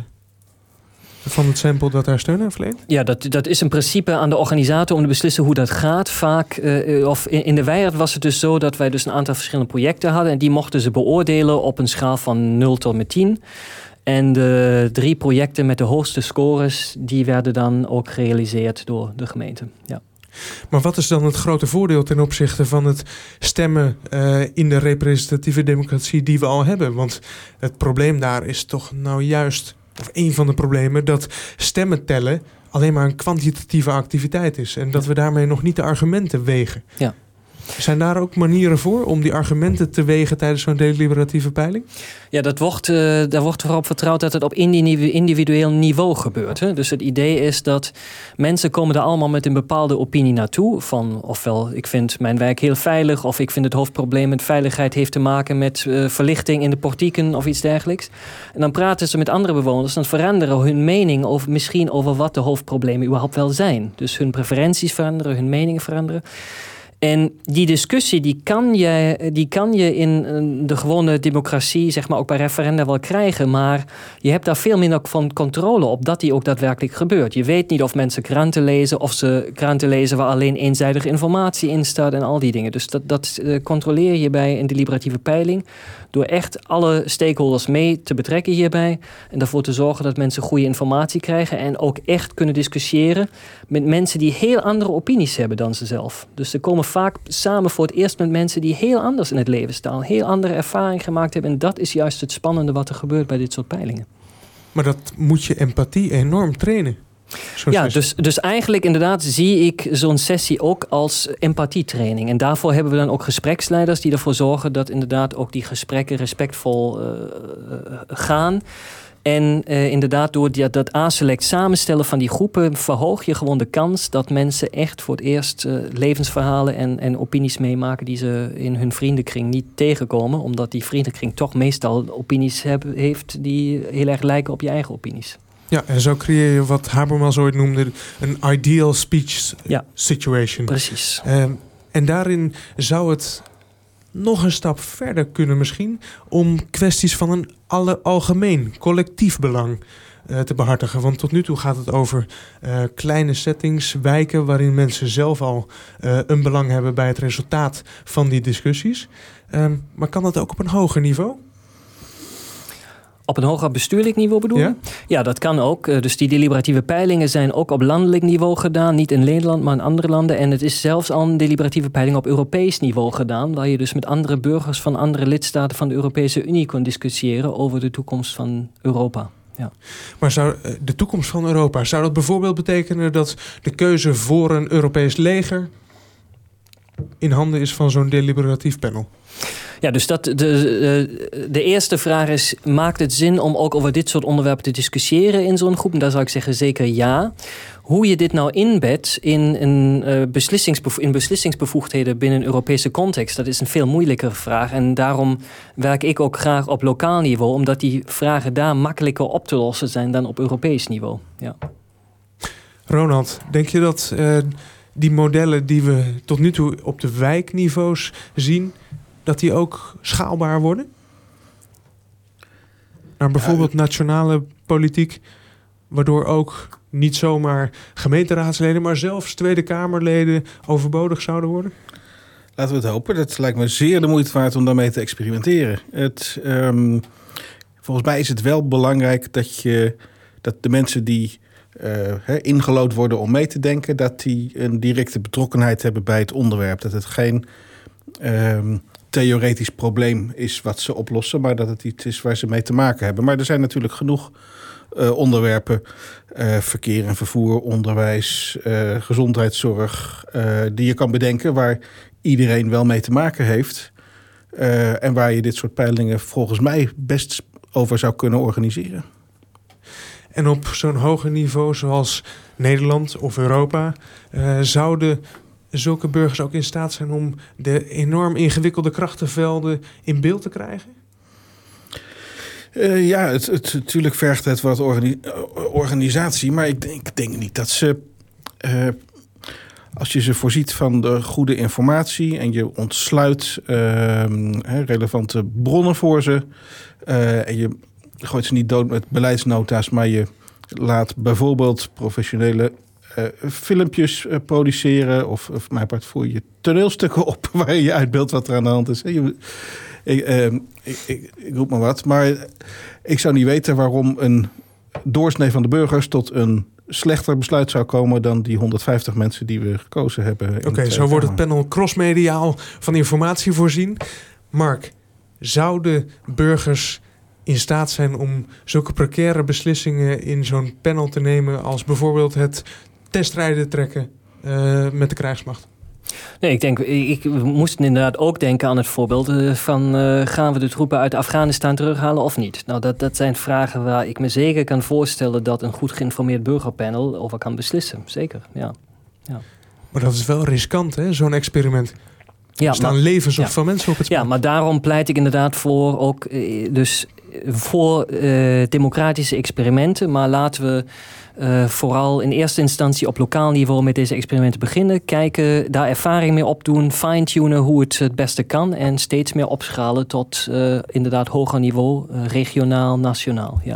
van het sample dat daar steun aan verleent? Ja, dat, dat is in principe aan de organisator om te beslissen hoe dat gaat. Vaak, uh, of in, in de Wijert was het dus zo dat wij dus een aantal verschillende projecten hadden. En die mochten ze beoordelen op een schaal van nul tot met tien. En de drie projecten met de hoogste scores, die werden dan ook gerealiseerd door de gemeente. Ja. Maar wat is dan het grote voordeel ten opzichte van het stemmen uh, in de representatieve democratie die we al hebben? Want het probleem daar is toch nou juist, of een van de problemen, dat stemmen tellen alleen maar een kwantitatieve activiteit is. En dat we daarmee nog niet de argumenten wegen. Ja. Zijn daar ook manieren voor om die argumenten te wegen tijdens zo'n deliberatieve peiling? Ja, dat wordt, uh, daar wordt vooral op vertrouwd dat het op individueel niveau gebeurt. Hè? Dus het idee is dat mensen komen er allemaal met een bepaalde opinie naartoe. Van ofwel, ik vind mijn wijk heel veilig, of ik vind het hoofdprobleem met veiligheid heeft te maken met uh, verlichting in de portieken of iets dergelijks. En dan praten ze met andere bewoners, dan veranderen hun mening over, misschien over wat de hoofdproblemen überhaupt wel zijn. Dus hun preferenties veranderen, hun meningen veranderen. En die discussie die kan je, die kan je in de gewone democratie, zeg maar ook bij referenda wel krijgen. Maar je hebt daar veel minder van controle op dat die ook daadwerkelijk gebeurt. Je weet niet of mensen kranten lezen, of ze kranten lezen waar alleen eenzijdige informatie in staat en al die dingen. Dus dat, dat uh, controleer je bij een deliberatieve peiling door echt alle stakeholders mee te betrekken hierbij. En ervoor te zorgen dat mensen goede informatie krijgen en ook echt kunnen discussiëren met mensen die heel andere opinies hebben dan ze zelf. Dus ze komen vaak samen voor het eerst met mensen die heel anders in het leven staan, heel andere ervaring gemaakt hebben. En dat is juist het spannende wat er gebeurt bij dit soort peilingen. Maar dat moet je empathie enorm trainen. Ja, dus, dus eigenlijk inderdaad zie ik zo'n sessie ook als empathietraining. En daarvoor hebben we dan ook gespreksleiders die ervoor zorgen dat inderdaad ook die gesprekken respectvol uh, gaan. En uh, inderdaad door die, dat A-select samenstellen van die groepen verhoog je gewoon de kans dat mensen echt voor het eerst uh, levensverhalen en, en opinies meemaken die ze in hun vriendenkring niet tegenkomen. Omdat die vriendenkring toch meestal opinies heb, heeft die heel erg lijken op je eigen opinies. Ja, en zo creëer je wat Habermas ooit noemde een ideal speech ja, situation. Precies. Um, en daarin zou het nog een stap verder kunnen misschien om kwesties van een alle algemeen collectief belang uh, te behartigen. Want tot nu toe gaat het over uh, kleine settings, wijken waarin mensen zelf al uh, een belang hebben bij het resultaat van die discussies. Um, maar kan dat ook op een hoger niveau? Op een hoger bestuurlijk niveau bedoel je? Ja? Ja, dat kan ook. Dus die deliberatieve peilingen zijn ook op landelijk niveau gedaan. Niet in Nederland, maar in andere landen. En het is zelfs al een deliberatieve peiling op Europees niveau gedaan. Waar je dus met andere burgers van andere lidstaten van de Europese Unie kon discussiëren over de toekomst van Europa. Ja. Maar zou de toekomst van Europa, zou dat bijvoorbeeld betekenen dat de keuze voor een Europees leger in handen is van zo'n deliberatief panel? Ja, dus dat, de, de, de eerste vraag is, maakt het zin om ook over dit soort onderwerpen te discussiëren in zo'n groep? En daar zou ik zeggen zeker ja. Hoe je dit nou inbedt in, een, uh, beslissingsbevo- in beslissingsbevoegdheden binnen een Europese context, dat is een veel moeilijkere vraag. En daarom werk ik ook graag op lokaal niveau, omdat die vragen daar makkelijker op te lossen zijn dan op Europees niveau. Ja. Ronald, denk je dat uh, die modellen die we tot nu toe op de wijkniveaus zien, dat die ook schaalbaar worden? Naar bijvoorbeeld nationale politiek, waardoor ook niet zomaar gemeenteraadsleden, maar zelfs Tweede Kamerleden overbodig zouden worden? Laten we het hopen. Dat lijkt me zeer de moeite waard om daarmee te experimenteren. Het, um, volgens mij is het wel belangrijk dat, je, dat de mensen die uh, he, ingelood worden om mee te denken, dat die een directe betrokkenheid hebben bij het onderwerp. Dat het geen Um, theoretisch probleem is wat ze oplossen, maar dat het iets is waar ze mee te maken hebben. Maar er zijn natuurlijk genoeg uh, onderwerpen, uh, verkeer en vervoer, onderwijs, uh, gezondheidszorg, uh, die je kan bedenken waar iedereen wel mee te maken heeft. Uh, en waar je dit soort peilingen volgens mij best over zou kunnen organiseren. En op zo'n hoger niveau zoals Nederland of Europa uh, zouden zulke burgers ook in staat zijn om de enorm ingewikkelde krachtenvelden in beeld te krijgen? Uh, ja, het, het, natuurlijk vergt het wat organi- organisatie. Maar ik denk, ik denk niet dat ze, Uh, als je ze voorziet van de goede informatie en je ontsluit uh, relevante bronnen voor ze, Uh, en je gooit ze niet dood met beleidsnota's, maar je laat bijvoorbeeld professionele Uh, filmpjes uh, produceren of, of mijn part voer je toneelstukken op waar je uitbeeldt wat er aan de hand is. Je, ik, uh, ik, ik, ik roep maar wat, maar ik zou niet weten waarom een doorsnee van de burgers tot een slechter besluit zou komen dan die honderdvijftig mensen die we gekozen hebben. Oké, okay, zo wordt het panel crossmediaal van informatie voorzien. Mark, zouden burgers in staat zijn om zulke precaire beslissingen in zo'n panel te nemen als bijvoorbeeld het testrijden trekken uh, met de krijgsmacht? Nee, ik denk, ik, we moesten inderdaad ook denken aan het voorbeeld uh, van uh, gaan we de troepen uit Afghanistan terughalen of niet? Nou, dat, dat zijn vragen waar ik me zeker kan voorstellen dat een goed geïnformeerd burgerpanel over kan beslissen. Zeker, ja. ja. Maar dat is wel riskant, hè, zo'n experiment. Ja, er staan maar, levens ja. van mensen op het spel. Ja, maar daarom pleit ik inderdaad voor ook, dus voor uh, democratische experimenten, maar laten we uh, vooral in eerste instantie op lokaal niveau met deze experimenten beginnen. Kijken, daar ervaring mee opdoen, fine-tunen hoe het het beste kan en steeds meer opschalen tot uh, inderdaad hoger niveau, uh, regionaal, nationaal. Ja.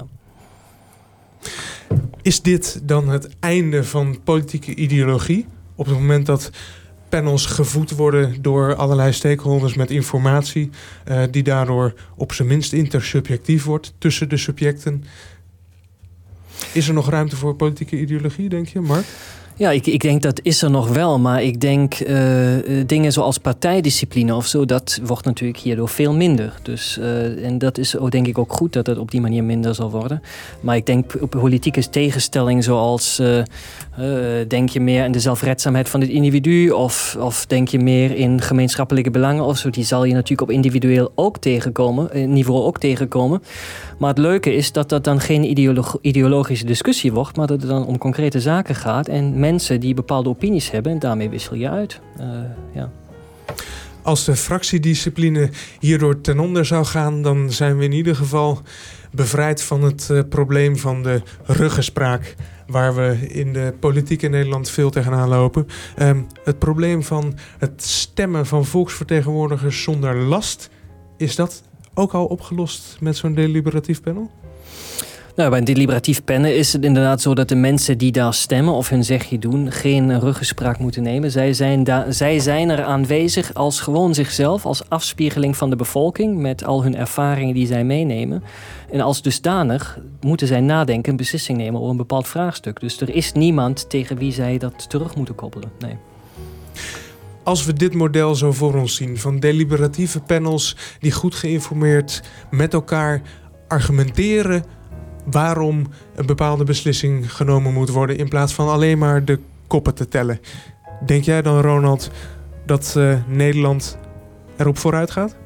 Is dit dan het einde van politieke ideologie? Op het moment dat panels gevoed worden door allerlei stakeholders met informatie, uh, die daardoor op zijn minst intersubjectief wordt tussen de subjecten. Is er nog ruimte voor politieke ideologie, denk je, Mark? Ja, ik, ik denk dat is er nog wel, maar ik denk uh, dingen zoals partijdiscipline of zo, dat wordt natuurlijk hierdoor veel minder. Dus, uh, en dat is ook, denk ik ook goed dat het op die manier minder zal worden. Maar ik denk op politieke tegenstelling zoals, uh, uh, denk je meer in de zelfredzaamheid van het individu of, of denk je meer in gemeenschappelijke belangen of zo, die zal je natuurlijk op individueel ook tegenkomen, niveau ook tegenkomen. Maar het leuke is dat dat dan geen ideolo- ideologische discussie wordt, maar dat het dan om concrete zaken gaat en mensen die bepaalde opinies hebben en daarmee wissel je uit. Uh, ja. Als de fractiediscipline hierdoor ten onder zou gaan, dan zijn we in ieder geval bevrijd van het uh, probleem van de ruggenspraak, waar we in de politiek in Nederland veel tegenaan lopen. Um, het probleem van het stemmen van volksvertegenwoordigers zonder last, is dat ook al opgelost met zo'n deliberatief panel? Nou, bij een deliberatief panel is het inderdaad zo dat de mensen die daar stemmen of hun zegje doen geen ruggenspraak moeten nemen. Zij zijn, da- zij zijn er aanwezig als gewoon zichzelf, als afspiegeling van de bevolking met al hun ervaringen die zij meenemen. En als dusdanig moeten zij nadenken en beslissing nemen over een bepaald vraagstuk. Dus er is niemand tegen wie zij dat terug moeten koppelen. Nee. Als we dit model zo voor ons zien, van deliberatieve panels die goed geïnformeerd met elkaar argumenteren waarom een bepaalde beslissing genomen moet worden, in plaats van alleen maar de koppen te tellen. Denk jij dan, Ronald, dat uh, Nederland erop vooruit gaat?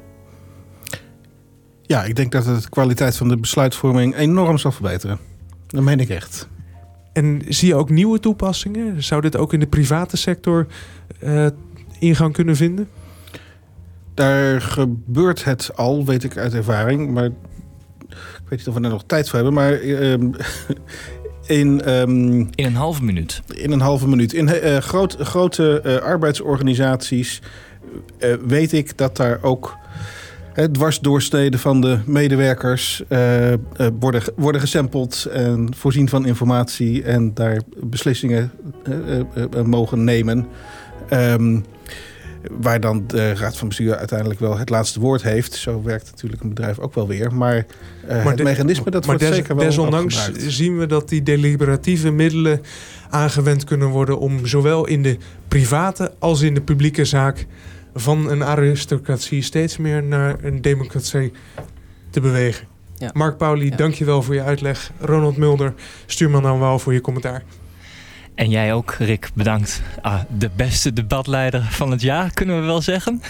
Ja, ik denk dat het de kwaliteit van de besluitvorming enorm zal verbeteren. Dat meen ik echt. En zie je ook nieuwe toepassingen? Zou dit ook in de private sector uh, ingang kunnen vinden? Daar gebeurt het al, weet ik uit ervaring, maar ik weet niet of we er nog tijd voor hebben, maar um, in... Um, in een halve minuut. In een halve minuut. In uh, groot, grote uh, arbeidsorganisaties uh, weet ik dat daar ook uh, dwarsdoorsneden van de medewerkers uh, uh, worden, worden gesampled en voorzien van informatie en daar beslissingen uh, uh, uh, mogen nemen. Um, Waar dan de raad van bestuur uiteindelijk wel het laatste woord heeft. Zo werkt natuurlijk een bedrijf ook wel weer. Maar, uh, maar het de, mechanisme, dat wordt des, zeker wel desondanks gebruikt. Zien we dat die deliberatieve middelen aangewend kunnen worden om zowel in de private als in de publieke zaak van een aristocratie steeds meer naar een democratie te bewegen. Ja. Mark Pauly, ja. Dank je wel voor je uitleg. Ronald Mulder, stuurman aan Waal, voor je commentaar. En jij ook, Rick, bedankt. Ah, de beste debatleider van het jaar, kunnen we wel zeggen.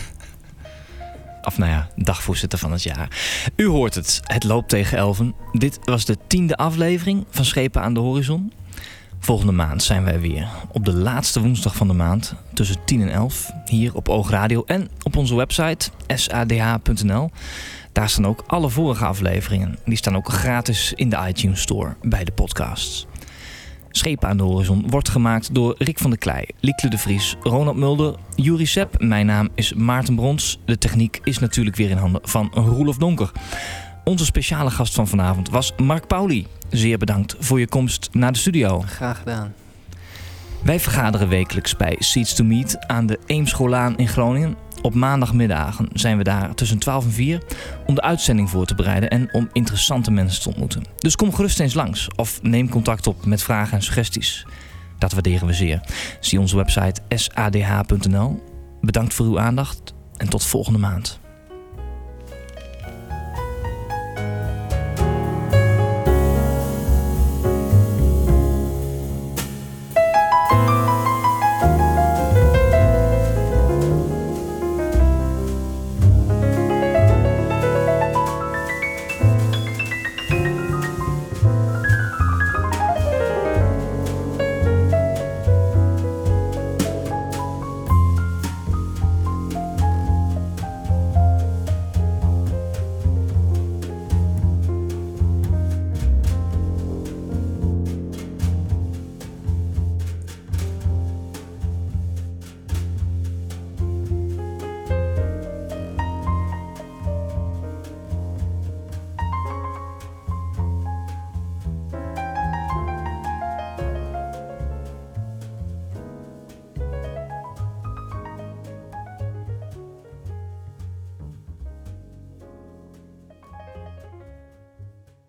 Of nou ja, dagvoorzitter van het jaar. U hoort het, het loopt tegen elfen. Dit was de tiende aflevering van Schepen aan de Horizon. Volgende maand zijn wij weer op de laatste woensdag van de maand tussen tien en elf. Hier op Oogradio en op onze website s a d h punt n l. Daar staan ook alle vorige afleveringen. Die staan ook gratis in de iTunes Store bij de podcasts. Schepen aan de Horizon wordt gemaakt door Rick van der Klei, Liekle de Vries, Ronald Mulder, Juri Sepp. Mijn naam is Maarten Brons. De techniek is natuurlijk weer in handen van Roelof Donker. Onze speciale gast van vanavond was Mark Pauly. Zeer bedankt voor je komst naar de studio. Graag gedaan. Wij vergaderen wekelijks bij Seeds to Meet aan de Eemschoollaan in Groningen. Op maandagmiddagen zijn we daar tussen twaalf en vier om de uitzending voor te bereiden en om interessante mensen te ontmoeten. Dus kom gerust eens langs of neem contact op met vragen en suggesties. Dat waarderen we zeer. Zie onze website s a d h punt n l. Bedankt voor uw aandacht en tot volgende maand.